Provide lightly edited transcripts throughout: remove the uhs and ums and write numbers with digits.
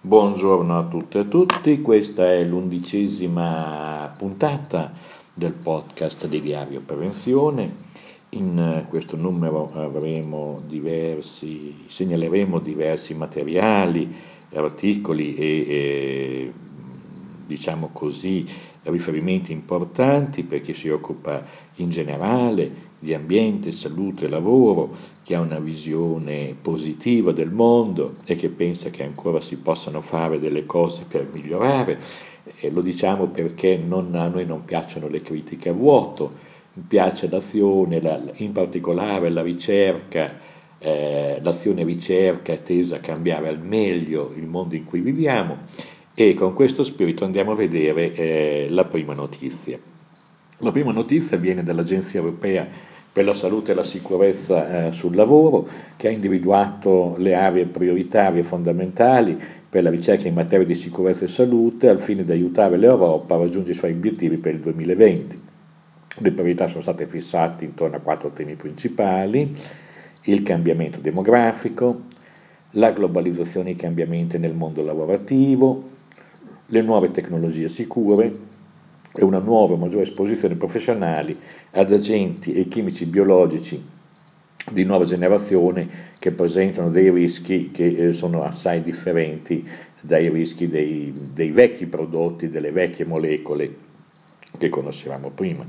Buongiorno a tutte e a tutti, questa è l'11ª puntata del podcast di Diario Prevenzione. In questo numero segnaleremo diversi materiali, articoli e diciamo così, riferimenti importanti per chi si occupa in generale di ambiente, salute e lavoro, che ha una visione positiva del mondo e che pensa che ancora si possano fare delle cose per migliorare. Lo diciamo perché a noi non piacciono le critiche a vuoto, piace l'azione, in particolare la ricerca. L'azione ricerca è tesa a cambiare al meglio il mondo in cui viviamo e con questo spirito andiamo a vedere la prima notizia. La prima notizia viene dall'Agenzia Europea per la Salute e la Sicurezza sul Lavoro, che ha individuato le aree prioritarie fondamentali per la ricerca in materia di sicurezza e salute al fine di aiutare l'Europa a raggiungere i suoi obiettivi per il 2020. Le priorità sono state fissate intorno a 4 temi principali: il cambiamento demografico, la globalizzazione e i cambiamenti nel mondo lavorativo, le nuove tecnologie sicure e una nuova e maggiore esposizione professionali ad agenti e chimici biologici di nuova generazione che presentano dei rischi che sono assai differenti dai rischi dei vecchi prodotti, delle vecchie molecole che conoscevamo prima.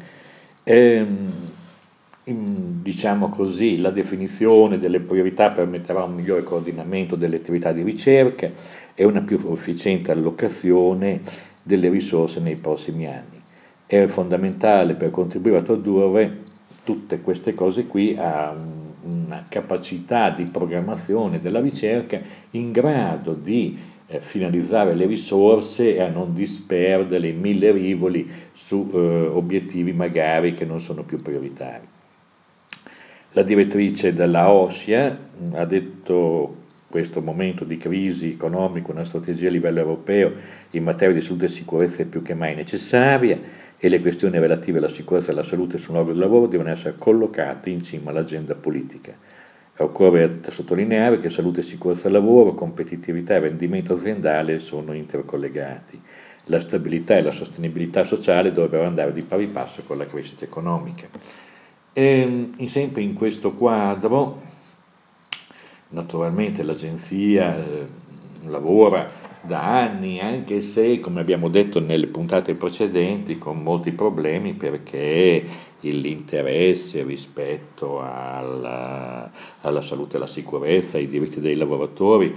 Diciamo così, la definizione delle priorità permetterà un migliore coordinamento delle attività di ricerca e una più efficiente allocazione delle risorse nei prossimi anni. È fondamentale per contribuire a tradurre tutte queste cose qui a una capacità di programmazione della ricerca in grado di finalizzare le risorse e a non disperderle in mille rivoli su obiettivi magari che non sono più prioritari. La direttrice della OSCE ha detto questo momento di crisi economica, una strategia a livello europeo in materia di salute e sicurezza è più che mai necessaria e le questioni relative alla sicurezza e alla salute sul luogo del lavoro devono essere collocate in cima all'agenda politica. Occorre sottolineare che salute e sicurezza del lavoro, competitività e rendimento aziendale sono intercollegati. La stabilità e la sostenibilità sociale dovrebbero andare di pari passo con la crescita economica. Sempre in questo quadro, naturalmente l'agenzia lavora da anni, anche se, come abbiamo detto nelle puntate precedenti, con molti problemi perché l'interesse rispetto alla salute e alla sicurezza, ai diritti dei lavoratori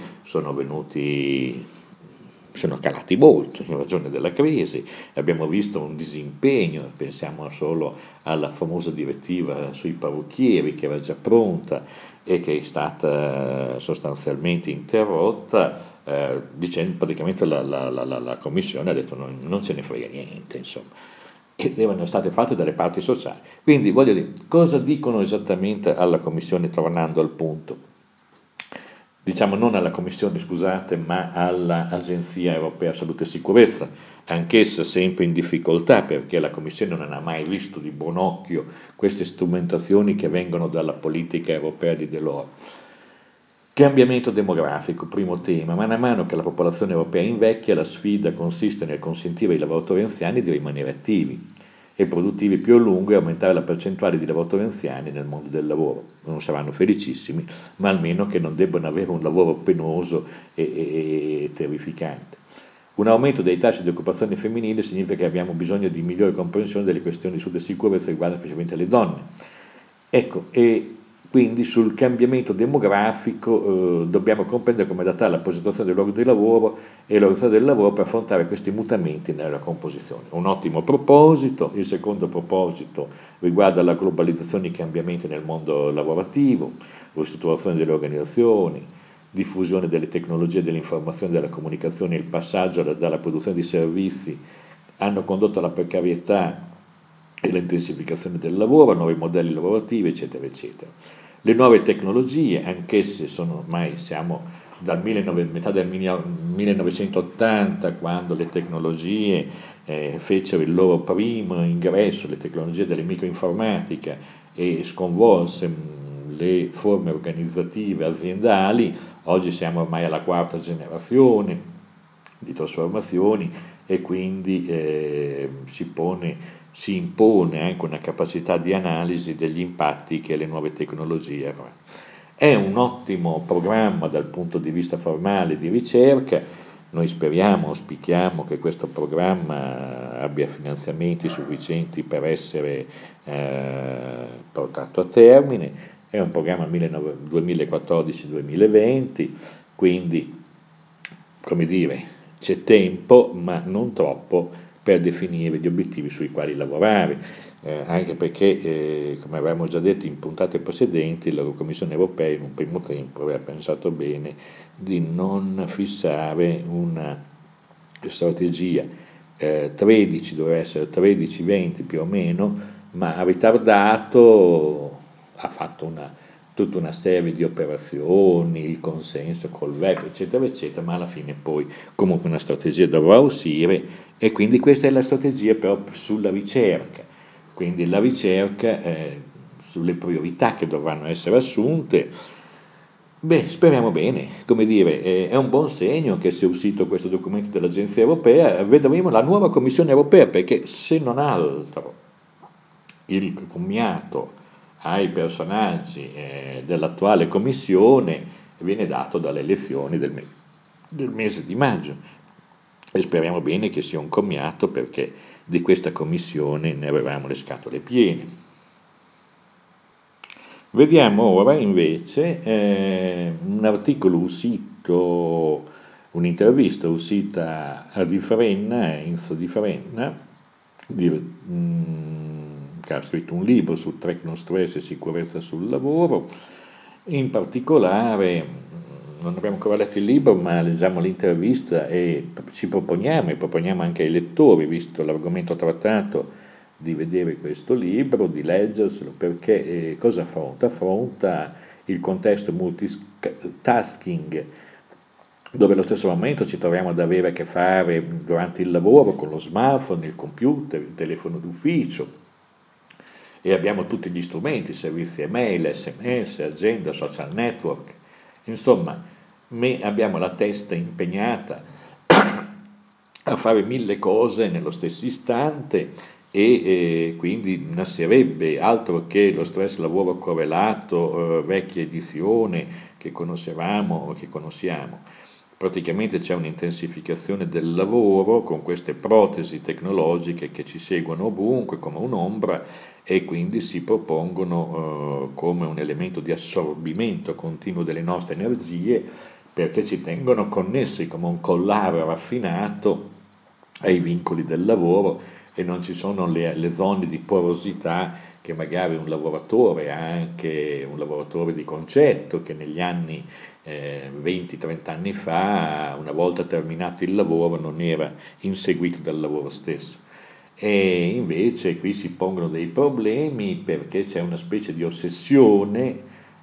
sono calati molto in ragione della crisi. Abbiamo visto un disimpegno, pensiamo solo alla famosa direttiva sui parrucchieri che era già pronta e che è stata sostanzialmente interrotta, dicendo praticamente la Commissione ha detto non ce ne frega niente, insomma, e devono state fatte dalle parti sociali. Quindi voglio dire, cosa dicono esattamente alla Commissione, tornando al punto? Diciamo non alla Commissione, scusate, ma all'Agenzia Europea Salute e Sicurezza, anch'essa sempre in difficoltà perché la Commissione non ha mai visto di buon occhio queste strumentazioni che vengono dalla politica europea di Delors. Cambiamento demografico, primo tema. Man mano che la popolazione europea invecchia, la sfida consiste nel consentire ai lavoratori anziani di rimanere attivi e produttivi più a lungo e aumentare la percentuale di lavoratori anziani nel mondo del lavoro. Non saranno felicissimi, ma almeno che non debbano avere un lavoro penoso e terrificante. Un aumento dei tassi di occupazione femminile significa che abbiamo bisogno di migliore comprensione delle questioni di salute e sicurezza che riguardano specialmente le donne. Ecco, e quindi sul cambiamento demografico dobbiamo comprendere come adattare la progettazione del luogo di lavoro e l'organizzazione del lavoro per affrontare questi mutamenti nella composizione. Un ottimo proposito. Il secondo proposito riguarda la globalizzazione e i cambiamenti nel mondo lavorativo, ristrutturazione delle organizzazioni, diffusione delle tecnologie dell'informazione e della comunicazione e il passaggio dalla produzione di servizi hanno condotto alla precarietà e l'intensificazione del lavoro, nuovi modelli lavorativi, eccetera, eccetera. Le nuove tecnologie, anch'esse siamo metà del 1980, quando le tecnologie fecero il loro primo ingresso, le tecnologie della microinformatica, e sconvolse le forme organizzative aziendali. Oggi siamo ormai alla quarta generazione di trasformazioni e quindi si impone anche una capacità di analisi degli impatti che le nuove tecnologie avranno. È un ottimo programma dal punto di vista formale di ricerca, noi speriamo, auspichiamo che questo programma abbia finanziamenti sufficienti per essere portato a termine, è un programma 2014-2020, quindi come dire, c'è tempo, ma non troppo, per definire gli obiettivi sui quali lavorare, anche perché, come avevamo già detto in puntate precedenti, la Commissione europea in un primo tempo aveva pensato bene di non fissare una strategia 13, doveva essere 13-20 più o meno, ma ha ritardato, ha fatto tutta una serie di operazioni, il consenso col web, eccetera, eccetera, ma alla fine poi comunque una strategia dovrà uscire e quindi questa è la strategia però sulla ricerca, quindi la ricerca sulle priorità che dovranno essere assunte. Beh, speriamo bene, come dire, è un buon segno che sia uscito questo documento dell'Agenzia Europea, vedremo la nuova Commissione Europea perché se non altro il commiato ai personaggi dell'attuale Commissione viene dato dalle elezioni del mese di maggio e speriamo bene che sia un commiato perché di questa Commissione ne avevamo le scatole piene. Vediamo ora invece un articolo uscito, un'intervista uscita a Di Frenna, Enzo Di Frenna, che ha scritto un libro su tecnostress e sicurezza sul lavoro. In particolare, non abbiamo ancora letto il libro, ma leggiamo l'intervista e ci proponiamo, e proponiamo anche ai lettori, visto l'argomento trattato, di vedere questo libro, di leggerselo, perché cosa affronta? Affronta il contesto multitasking, dove allo stesso momento ci troviamo ad avere a che fare durante il lavoro con lo smartphone, il computer, il telefono d'ufficio e abbiamo tutti gli strumenti, servizi email, sms, agenda, social network, insomma, abbiamo la testa impegnata a fare mille cose nello stesso istante e quindi nascerebbe altro che lo stress lavoro correlato, vecchia edizione che conoscevamo o che conosciamo. Praticamente c'è un'intensificazione del lavoro con queste protesi tecnologiche che ci seguono ovunque come un'ombra e quindi si propongono come un elemento di assorbimento continuo delle nostre energie perché ci tengono connessi come un collare raffinato ai vincoli del lavoro e non ci sono le zone di porosità che magari un lavoratore, anche un lavoratore di concetto, che negli anni 20-30 anni fa, una volta terminato il lavoro, non era inseguito dal lavoro stesso. E invece qui si pongono dei problemi perché c'è una specie di ossessione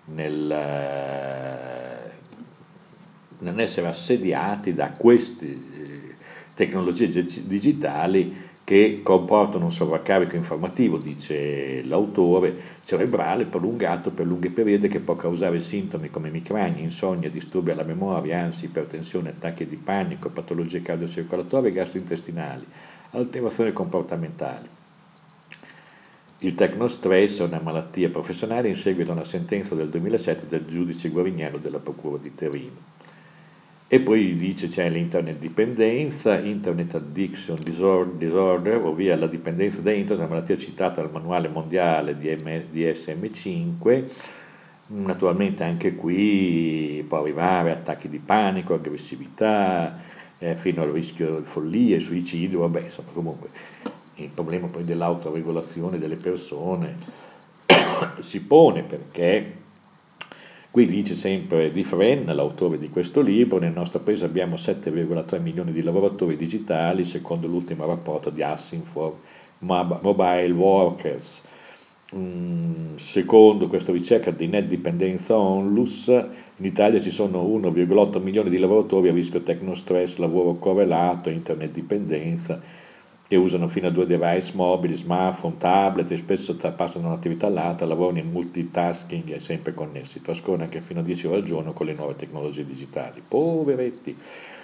nel essere assediati da queste tecnologie digitali che comportano un sovraccarico informativo, dice l'autore, cerebrale prolungato per lunghi periodi che può causare sintomi come emicrania, insonnia, disturbi alla memoria, ansia, ipertensione, attacchi di panico, patologie cardiocircolatorie e gastrointestinali, alterazioni comportamentali. Il tecnostress è una malattia professionale in seguito a una sentenza del 2007 del giudice Guarignano della Procura di Torino. E poi dice c'è l'internet dipendenza, internet addiction disorder, ovvero la dipendenza da internet, una malattia citata dal manuale mondiale di DSM-5. Naturalmente anche qui può arrivare attacchi di panico, aggressività, fino al rischio di follia, suicidio, vabbè, insomma, comunque il problema poi dell'autoregolazione delle persone si pone perché qui dice sempre Di Frenna, l'autore di questo libro, nel nostro paese abbiamo 7,3 milioni di lavoratori digitali secondo l'ultimo rapporto di Assing for Mobile Workers. Secondo questa ricerca di Net Dipendenza Onlus, in Italia ci sono 1,8 milioni di lavoratori a rischio tecnostress, lavoro correlato, internet dipendenza, che usano fino a 2 device mobili, smartphone, tablet e spesso passano da un'attività all'altra, lavorano in multitasking e sempre connessi, trascorrono anche fino a 10 ore al giorno con le nuove tecnologie digitali. Poveretti!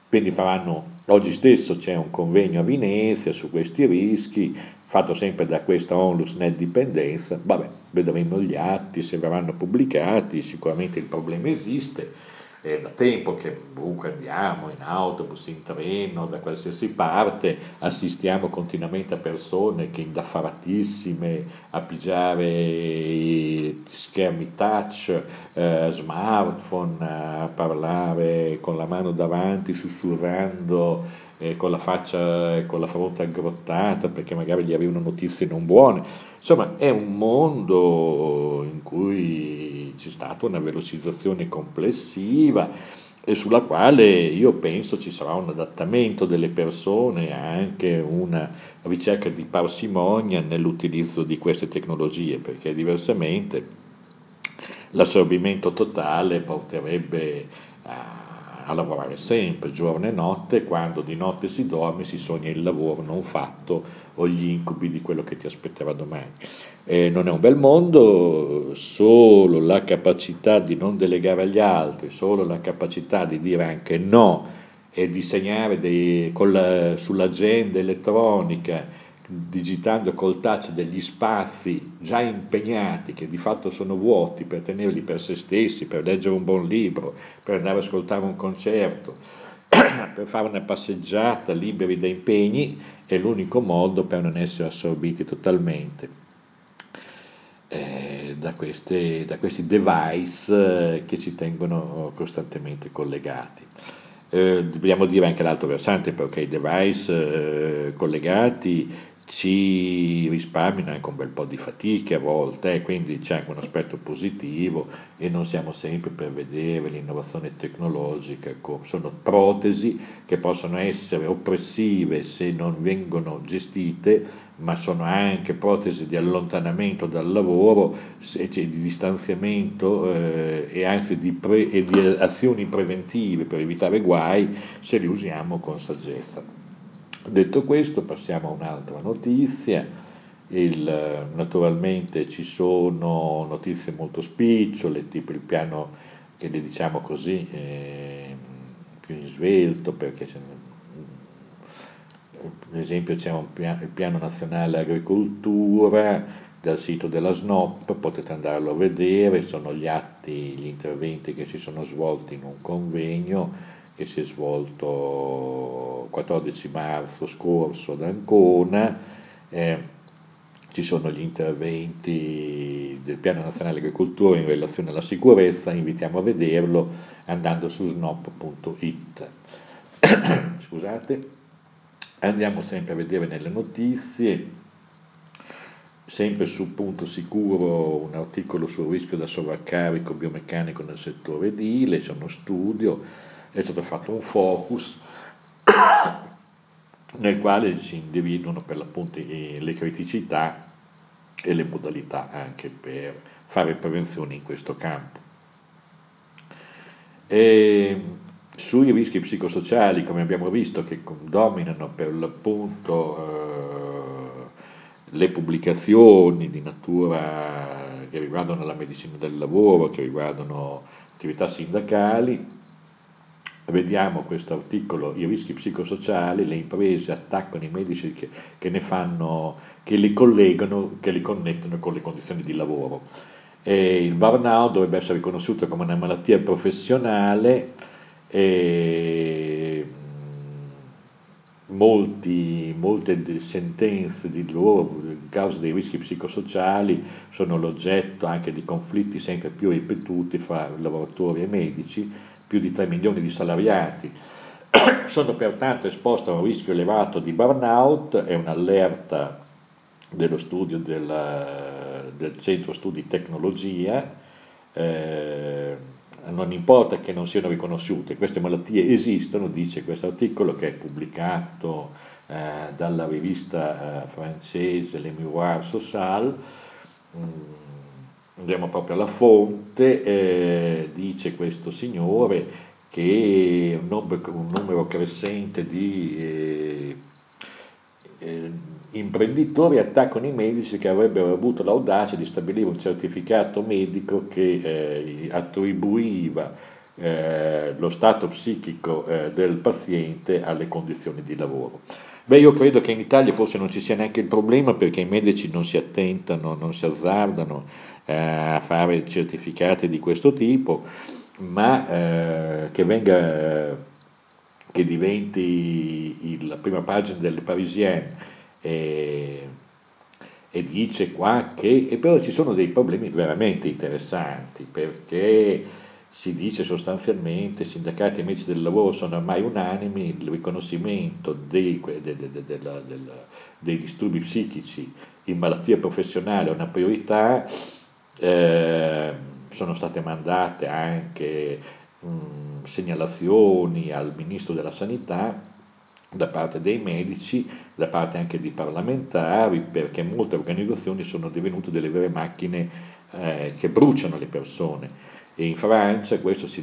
Quindi oggi stesso c'è un convegno a Venezia su questi rischi, fatto sempre da questa Onlus Net Dipendenza. Vabbè, vedremo gli atti, se verranno pubblicati, sicuramente il problema esiste. È da tempo che ovunque andiamo, in autobus, in treno, da qualsiasi parte, assistiamo continuamente a persone che indaffaratissime a pigiare schermi touch, smartphone, a parlare con la mano davanti, sussurrando, con la faccia e con la fronte aggrottata perché magari gli arrivano notizie non buone. Insomma, è un mondo in cui c'è stata una velocizzazione complessiva e sulla quale io penso ci sarà un adattamento delle persone, anche una ricerca di parsimonia nell'utilizzo di queste tecnologie, perché diversamente l'assorbimento totale porterebbe a lavorare sempre, giorno e notte, quando di notte si dorme si sogna il lavoro non fatto o gli incubi di quello che ti aspetterà domani. Non è un bel mondo, solo la capacità di non delegare agli altri, solo la capacità di dire anche no e disegnare sull'agenda elettronica, digitando col touch degli spazi già impegnati, che di fatto sono vuoti, per tenerli per se stessi, per leggere un buon libro, per andare ad ascoltare un concerto, per fare una passeggiata liberi da impegni, è l'unico modo per non essere assorbiti totalmente da questi device che ci tengono costantemente collegati. Dobbiamo dire anche l'altro versante, perché i device collegati ci risparmiano anche un bel po' di fatiche a volte, quindi c'è anche un aspetto positivo e non siamo sempre per vedere l'innovazione tecnologica, sono protesi che possono essere oppressive se non vengono gestite, ma sono anche protesi di allontanamento dal lavoro, cioè di distanziamento e anzi e di azioni preventive per evitare guai se li usiamo con saggezza. Detto questo, passiamo a un'altra notizia. Naturalmente ci sono notizie molto spicciole, tipo il piano, che le diciamo così, più in svelto, perché per esempio c'è il piano nazionale agricoltura dal sito della SNOP, potete andarlo a vedere, sono gli atti, gli interventi che si sono svolti in un convegno che si è svolto il 14 marzo scorso ad Ancona. Ci sono gli interventi del Piano Nazionale Agricoltura in relazione alla sicurezza, invitiamo a vederlo andando su snop.it. Scusate. Andiamo sempre a vedere nelle notizie, sempre sul punto sicuro, un articolo sul rischio da sovraccarico biomeccanico nel settore edile, c'è uno studio, è stato fatto un focus nel quale si individuano per l'appunto le criticità e le modalità anche per fare prevenzione in questo campo. E sui rischi psicosociali, come abbiamo visto, che dominano per l'appunto le pubblicazioni di natura che riguardano la medicina del lavoro, che riguardano attività sindacali, vediamo questo articolo, i rischi psicosociali, le imprese attaccano i medici che ne fanno, che li collegano, che li connettono con le condizioni di lavoro. E il burnout dovrebbe essere riconosciuto come una malattia professionale e molte sentenze di loro in causa dei rischi psicosociali sono l'oggetto anche di conflitti sempre più ripetuti fra lavoratori e medici. Più di 3 milioni di salariati sono pertanto esposti a un rischio elevato di burnout, è un'allerta dello studio del Centro Studi Tecnologia. Non importa che non siano riconosciute, queste malattie esistono, dice questo articolo che è pubblicato dalla rivista francese Le Miroir Social. Andiamo proprio alla fonte, dice questo signore che un numero crescente di imprenditori attaccano i medici che avrebbero avuto l'audacia di stabilire un certificato medico che attribuiva lo stato psichico del paziente alle condizioni di lavoro. Beh, io credo che in Italia forse non ci sia neanche il problema perché i medici non si attentano, non si azzardano a fare certificati di questo tipo, ma che diventi la prima pagina delle Parisienne e, e dice qua che, e però ci sono dei problemi veramente interessanti perché si dice sostanzialmente i sindacati e i medici del lavoro sono ormai unanimi, il riconoscimento dei disturbi psichici in malattia professionale è una priorità, eh, sono state mandate anche segnalazioni al Ministro della Sanità da parte dei medici, da parte anche di parlamentari, perché molte organizzazioni sono divenute delle vere macchine che bruciano le persone. E in Francia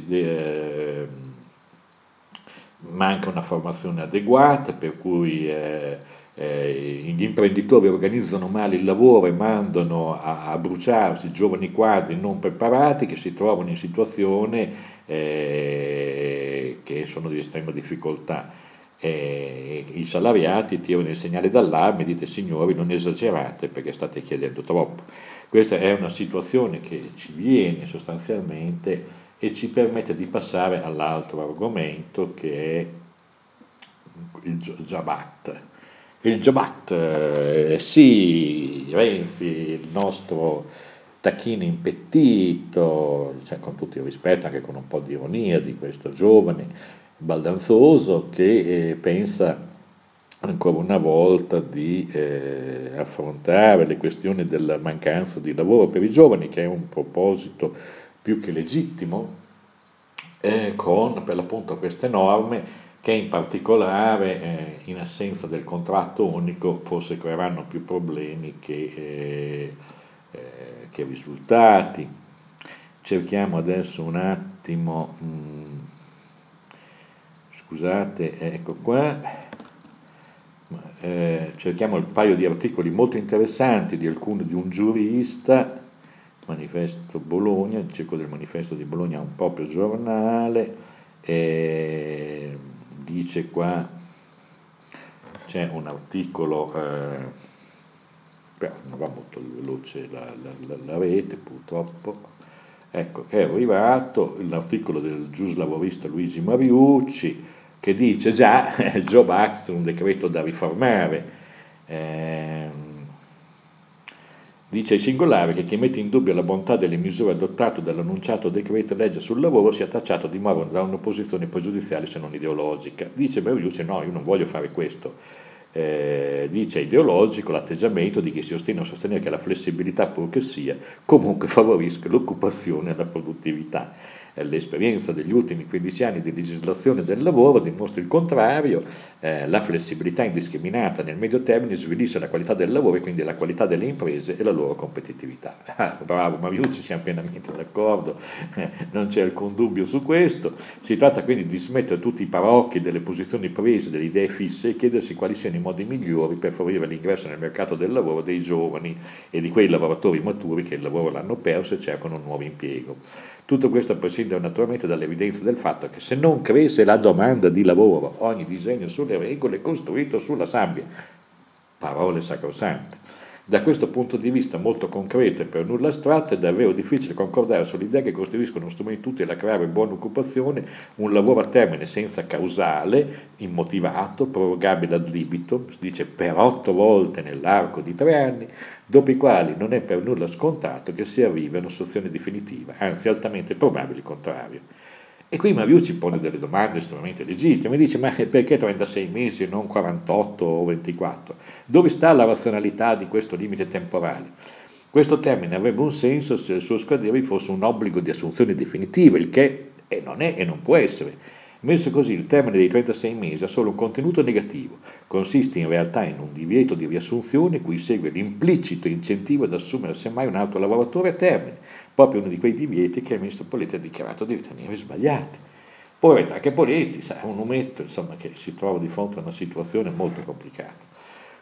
manca una formazione adeguata, per cui gli imprenditori organizzano male il lavoro e mandano a bruciarsi giovani quadri non preparati che si trovano in situazioni che sono di estrema difficoltà. I salariati tirano il segnale d'allarme e dite signori non esagerate perché state chiedendo troppo. Questa è una situazione che ci viene sostanzialmente e ci permette di passare all'altro argomento che è il Jabat. Il Jabat, sì, Renzi, il nostro tacchino impettito, cioè, con tutto il rispetto, anche con un po' di ironia di questo giovane baldanzoso che pensa ancora una volta di affrontare le questioni della mancanza di lavoro per i giovani, che è un proposito più che legittimo, con per l'appunto queste norme che in particolare in assenza del contratto unico forse creeranno più problemi che risultati. Cerchiamo adesso un attimo, scusate, ecco qua, cerchiamo un paio di articoli molto interessanti di un giurista, Manifesto Bologna, il Circolo del Manifesto di Bologna è un proprio giornale, dice qua, c'è un articolo, però non va molto veloce la rete purtroppo, ecco, è arrivato l'articolo del giuslavorista Luigi Mariucci che dice già il Job Act è un decreto da riformare. Dice ai singolare che chi mette in dubbio la bontà delle misure adottate dall'annunciato decreto legge sul lavoro sia tacciato di muovere da un'opposizione pregiudiziale se non ideologica. Dice Berlusconi no, io non voglio fare questo. Dice ideologico l'atteggiamento di chi si ostina a sostenere che la flessibilità, pur che sia, comunque favorisca l'occupazione e la produttività. L'esperienza degli ultimi 15 anni di legislazione del lavoro dimostra il contrario, la flessibilità indiscriminata nel medio termine svilisce la qualità del lavoro e quindi la qualità delle imprese e la loro competitività. Bravo Mariucci, siamo pienamente d'accordo, non c'è alcun dubbio su questo. Si tratta quindi di smettere tutti i parocchi delle posizioni prese, delle idee fisse e chiedersi quali siano i modi migliori per favorire l'ingresso nel mercato del lavoro dei giovani e di quei lavoratori maturi che il lavoro l'hanno perso e cercano un nuovo impiego. Tutto questo prescinde naturalmente dall'evidenza del fatto che se non cresce la domanda di lavoro, ogni disegno sulle regole è costruito sulla sabbia. Parole sacrosante. Da questo punto di vista molto concreto e per nulla astratto è davvero difficile concordare sull'idea che costituiscono uno strumento utile a creare buona occupazione, un lavoro a termine senza causale, immotivato, prorogabile ad libitum, si dice per 8 volte nell'arco di 3 anni, dopo i quali non è per nulla scontato che si arrivi a una soluzione definitiva, anzi altamente probabile il contrario. E qui Mariucci pone delle domande estremamente legittime, dice ma perché 36 mesi e non 48 o 24? Dove sta la razionalità di questo limite temporale? Questo termine avrebbe un senso se il suo scadere vi fosse un obbligo di assunzione definitiva, il che non è e non può essere. Messo così, il termine dei 36 mesi ha solo un contenuto negativo, consiste in realtà in un divieto di riassunzione cui segue l'implicito incentivo ad assumere semmai un altro lavoratore a termine, proprio uno di quei divieti che il ministro Poletti ha dichiarato di ritenere sbagliati. Poi anche Poletti è un ometto insomma, che si trova di fronte a una situazione molto complicata.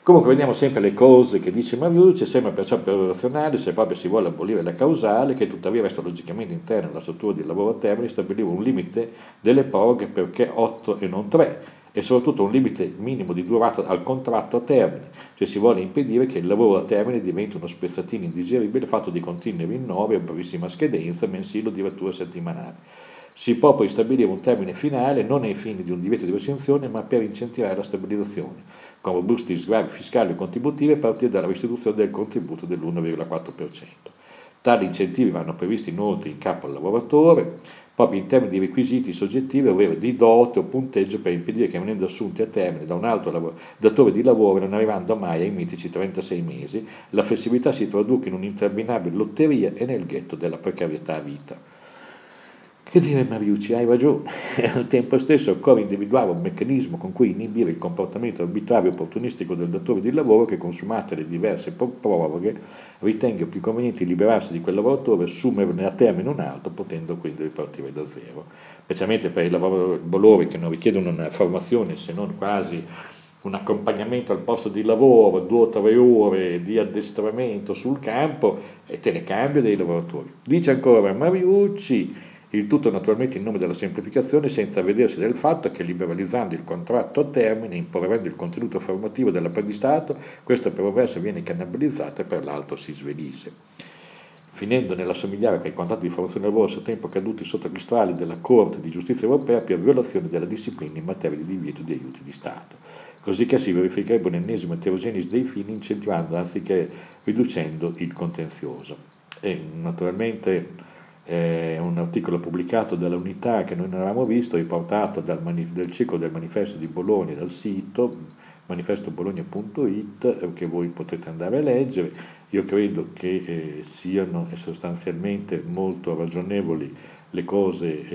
Comunque vediamo sempre le cose che dice Mariucci, sembra perciò più razionale se proprio si vuole abolire la causale, che tuttavia resta logicamente interna alla struttura di lavoro a termine, stabilire un limite delle proroghe perché 8 e non 3, e soprattutto un limite minimo di durata al contratto a termine, cioè si vuole impedire che il lavoro a termine diventi uno spezzatino indesiderabile fatto di continui rinnovi a brevissima scadenza, mensile o addirittura settimanale. Si può poi stabilire un termine finale non ai fini di un divieto di rescinzione, ma per incentivare la stabilizzazione, con robusti sgravi fiscali e contributivi a partire dalla restituzione del contributo dell'1,4%. Tali incentivi vanno previsti inoltre in capo al lavoratore, proprio in termini di requisiti soggettivi, ovvero di dote o punteggio per impedire che venendo assunti a termine da un altro datore di lavoro, non arrivando mai ai mitici 36 mesi, la flessibilità si traduca in un'interminabile lotteria e nel ghetto della precarietà a vita. Che dire Mariucci, hai ragione, al tempo stesso occorre individuare un meccanismo con cui inibire il comportamento arbitrario e opportunistico del datore di lavoro che, consumate le diverse proroghe, ritenga più conveniente liberarsi di quel lavoratore e assumerne a termine un altro, potendo quindi ripartire da zero. Specialmente per i lavoratori che non richiedono una formazione se non quasi un accompagnamento al posto di lavoro, 2 o 3 ore di addestramento sul campo e telecambio dei lavoratori. Dice ancora Mariucci, il tutto naturalmente in nome della semplificazione, senza avvedersi del fatto che liberalizzando il contratto a termine, impoverendo il contenuto formativo dell'apprendistato, questo per un verso viene cannibalizzato e per l'altro si svelisse, finendo nell'assomigliare che i contratti di formazione del lavoro a suo tempo caduti sotto gli strali della Corte di Giustizia Europea per violazione della disciplina in materia di divieto di aiuti di Stato. Così che si verificherebbe un'ennesima eterogenesi dei fini, incentivando anziché riducendo il contenzioso. E naturalmente un articolo pubblicato dalla Unità che noi non avevamo visto, riportato del ciclo del manifesto di Bologna dal sito manifestobologna.it, che voi potete andare a leggere. Io credo che siano sostanzialmente molto ragionevoli le cose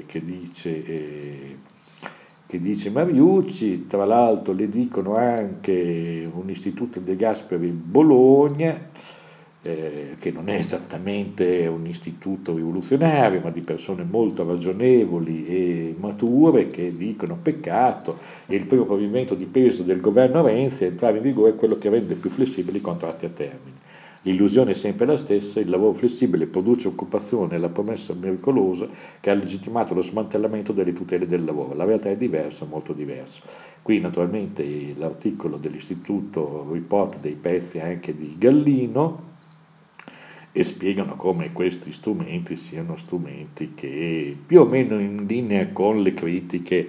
che dice Mariucci. Tra l'altro le dicono anche un istituto De Gasperi Bologna, che non è esattamente un istituto rivoluzionario, ma di persone molto ragionevoli e mature, che dicono peccato, e il primo provvedimento di peso del governo Renzi a entrare in vigore è quello che rende più flessibili i contratti a termine. L'illusione è sempre la stessa, il lavoro flessibile produce occupazione e la promessa miracolosa che ha legittimato lo smantellamento delle tutele del lavoro. La realtà è diversa, molto diversa. Qui naturalmente l'articolo dell'istituto riporta dei pezzi anche di Gallino, e spiegano come questi strumenti siano strumenti che più o meno in linea con le critiche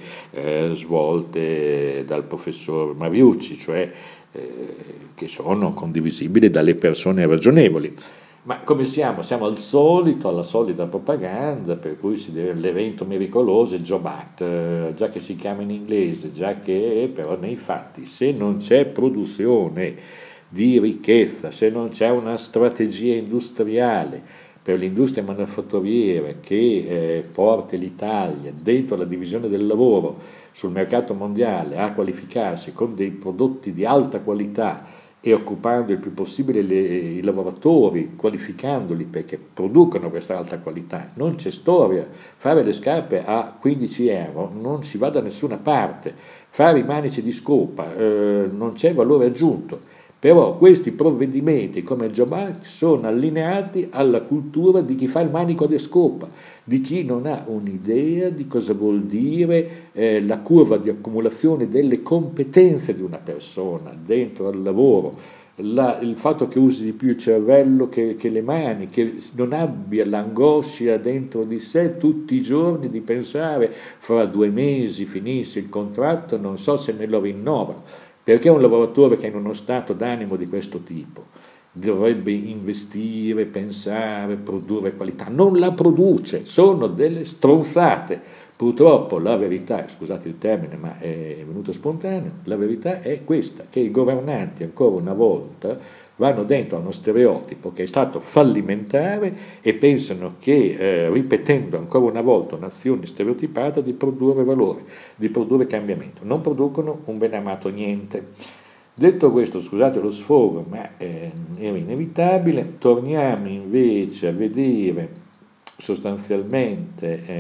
svolte dal professor Mariucci, cioè che sono condivisibili dalle persone ragionevoli. Ma come siamo? Siamo al solito, alla solita propaganda, per cui si deve l'evento miracoloso, il Job Act, già che si chiama in inglese, già che però nei fatti, se non c'è produzione di ricchezza, se non c'è una strategia industriale per l'industria manifatturiera che porti l'Italia dentro la divisione del lavoro sul mercato mondiale a qualificarsi con dei prodotti di alta qualità e occupando il più possibile i lavoratori, qualificandoli perché producono questa alta qualità. Non c'è storia, fare le scarpe a 15 euro non si va da nessuna parte, fare i manici di scopa non c'è valore aggiunto. Però questi provvedimenti come il Job Act sono allineati alla cultura di chi fa il manico di scopa, di chi non ha un'idea di cosa vuol dire la curva di accumulazione delle competenze di una persona dentro al lavoro, il fatto che usi di più il cervello che le mani, che non abbia l'angoscia dentro di sé tutti i giorni di pensare fra 2 mesi finisce il contratto, non so se me lo rinnovano. Perché un lavoratore che è in uno stato d'animo di questo tipo dovrebbe investire, pensare, produrre qualità? Non la produce, sono delle stronzate. Purtroppo la verità, scusate il termine, ma è venuto spontaneo, la verità è questa, che i governanti ancora una volta vanno dentro a uno stereotipo che è stato fallimentare e pensano che, ripetendo ancora una volta un'azione stereotipata, di produrre valore, di produrre cambiamento. Non producono un ben amato niente. Detto questo, scusate lo sfogo, ma era inevitabile, torniamo invece a vedere sostanzialmente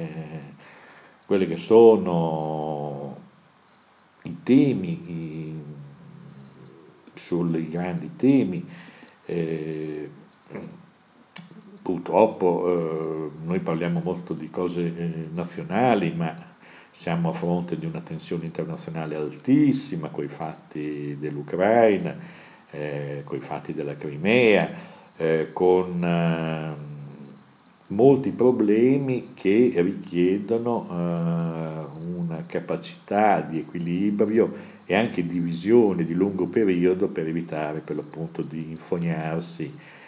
quelli che sono i temi sui grandi temi. Purtroppo noi parliamo molto di cose nazionali, ma siamo a fronte di una tensione internazionale altissima, con i fatti dell'Ucraina, con i fatti della Crimea, con molti problemi che richiedono una capacità di equilibrio e anche di visione di lungo periodo per evitare per l'appunto di infognarsi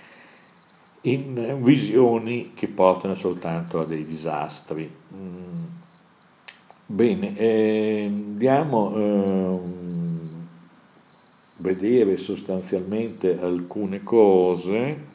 in visioni che portano soltanto a dei disastri. Bene, andiamo a vedere sostanzialmente alcune cose.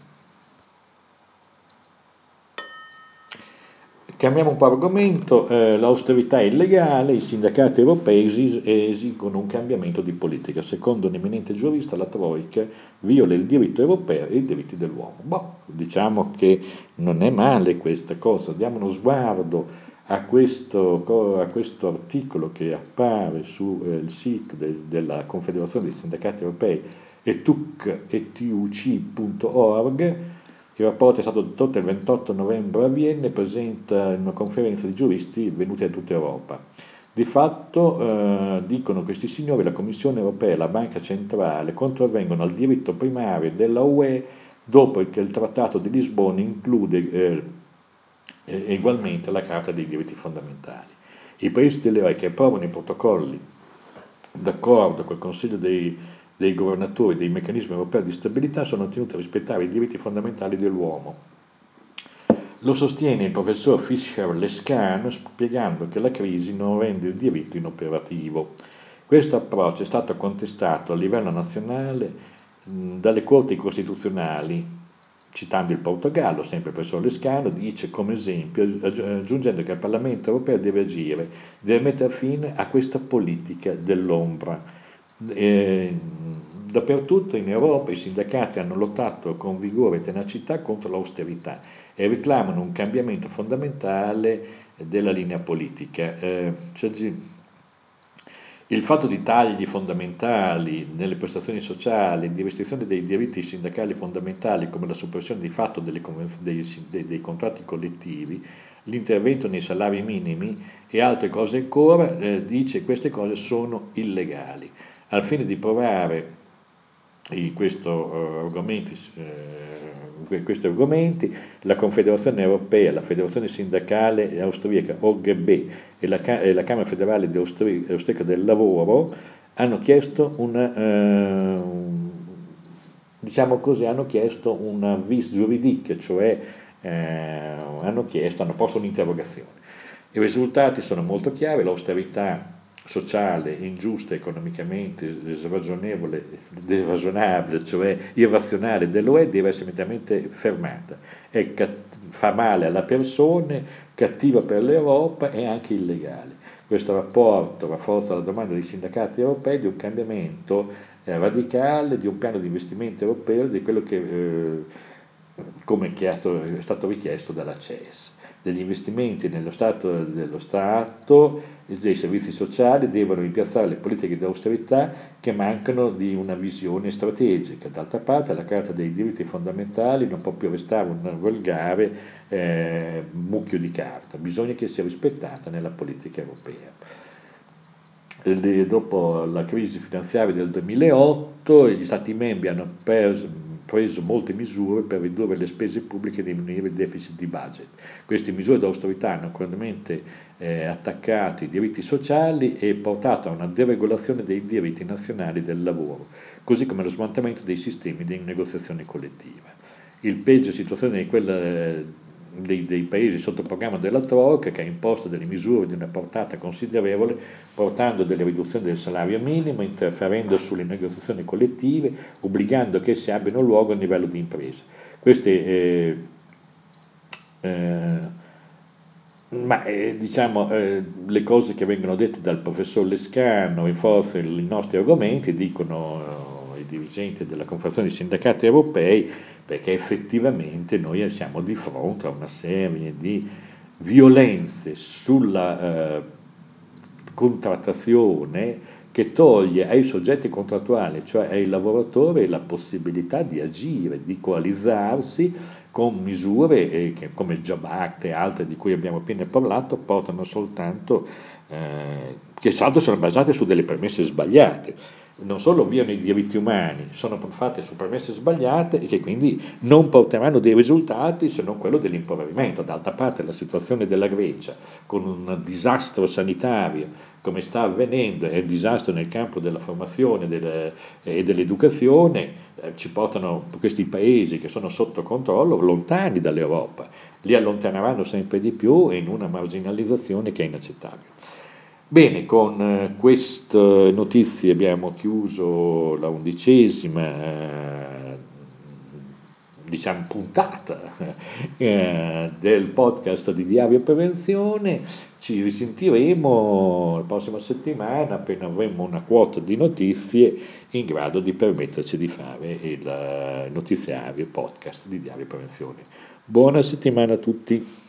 Cambiamo un po' argomento, l'austerità è illegale, i sindacati europei esigono un cambiamento di politica. Secondo un eminente giurista, la Troika viola il diritto europeo e i diritti dell'uomo. Diciamo che non è male questa cosa. Diamo uno sguardo a questo articolo che appare sul sito della Confederazione dei Sindacati Europei, etuc.org. Il rapporto è stato adottato il 28 novembre a Vienna e presenta una conferenza di giuristi venuti da tutta Europa. Di fatto, dicono questi signori, la Commissione europea e la Banca Centrale contravvengono al diritto primario della UE dopo che il Trattato di Lisbona include ugualmente la Carta dei diritti fondamentali. I paesi dell'UE che approvano i protocolli d'accordo col Consiglio dei governatori dei meccanismi europei di stabilità sono tenuti a rispettare i diritti fondamentali dell'uomo. Lo sostiene il professor Fischer-Lescan spiegando che la crisi non rende il diritto inoperativo. Questo approccio è stato contestato a livello nazionale dalle corti costituzionali. Citando il Portogallo, sempre il professor Lescano dice come esempio, aggiungendo che il Parlamento europeo deve agire, deve mettere fine a questa politica dell'ombra. Dappertutto in Europa i sindacati hanno lottato con vigore e tenacità contro l'austerità e reclamano un cambiamento fondamentale della linea politica. Il fatto di tagli fondamentali nelle prestazioni sociali, di restrizione dei diritti sindacali fondamentali come la soppressione di fatto dei contratti collettivi, l'intervento nei salari minimi e altre cose ancora, dice che queste cose sono illegali. Al fine di provare questi argomenti, la Confederazione Europea, la Federazione Sindacale Austriaca OGB e la Camera Federale Austriaca del Lavoro hanno chiesto hanno chiesto una vis juridique, cioè hanno posto un'interrogazione. I risultati sono molto chiari: l'austerità sociale, ingiusta, economicamente irragionabile, cioè irrazionale dell'UE deve essere immediatamente fermata. Fa male alle persone, cattiva per l'Europa e anche illegale. Questo rapporto rafforza la domanda dei sindacati europei di un cambiamento radicale, di un piano di investimento europeo, di quello che come è stato richiesto dalla CES. Degli investimenti dello Stato e dei servizi sociali devono rimpiazzare le politiche di austerità che mancano di una visione strategica. D'altra parte la Carta dei diritti fondamentali non può più restare un volgare mucchio di carta, bisogna che sia rispettata nella politica europea. Dopo la crisi finanziaria del 2008 gli Stati membri hanno preso molte misure per ridurre le spese pubbliche e diminuire il deficit di budget. Queste misure di austerità hanno naturalmente attaccato i diritti sociali e portato a una deregolazione dei diritti nazionali del lavoro, così come lo smantellamento dei sistemi di negoziazione collettiva. Il peggio situazione è quella dei paesi sotto programma della Troika, che ha imposto delle misure di una portata considerevole, portando delle riduzioni del salario minimo, interferendo sulle negoziazioni collettive, obbligando che esse abbiano luogo a livello di impresa. Queste le cose che vengono dette dal professor Lescano rinforzano i nostri argomenti, dicono i dirigenti della Confederazione dei Sindacati Europei, perché effettivamente noi siamo di fronte a una serie di violenze sulla contrattazione che toglie ai soggetti contrattuali, cioè ai lavoratori, la possibilità di agire, di coalizzarsi con misure che come il Job Act e altre di cui abbiamo appena parlato portano soltanto, che tra l'altro sono basate su delle premesse sbagliate. Non solo violano i diritti umani, sono fatte su premesse sbagliate e che quindi non porteranno dei risultati se non quello dell'impoverimento. D'altra parte la situazione della Grecia, con un disastro sanitario come sta avvenendo, è un disastro nel campo della formazione e dell'educazione, ci portano questi paesi che sono sotto controllo lontani dall'Europa, li allontaneranno sempre di più in una marginalizzazione che è inaccettabile. Bene, con queste notizie abbiamo chiuso la 11ª diciamo, puntata del podcast di Diario Prevenzione. Ci risentiremo la prossima settimana appena avremo una quota di notizie in grado di permetterci di fare il notiziario podcast di Diario Prevenzione. Buona settimana a tutti.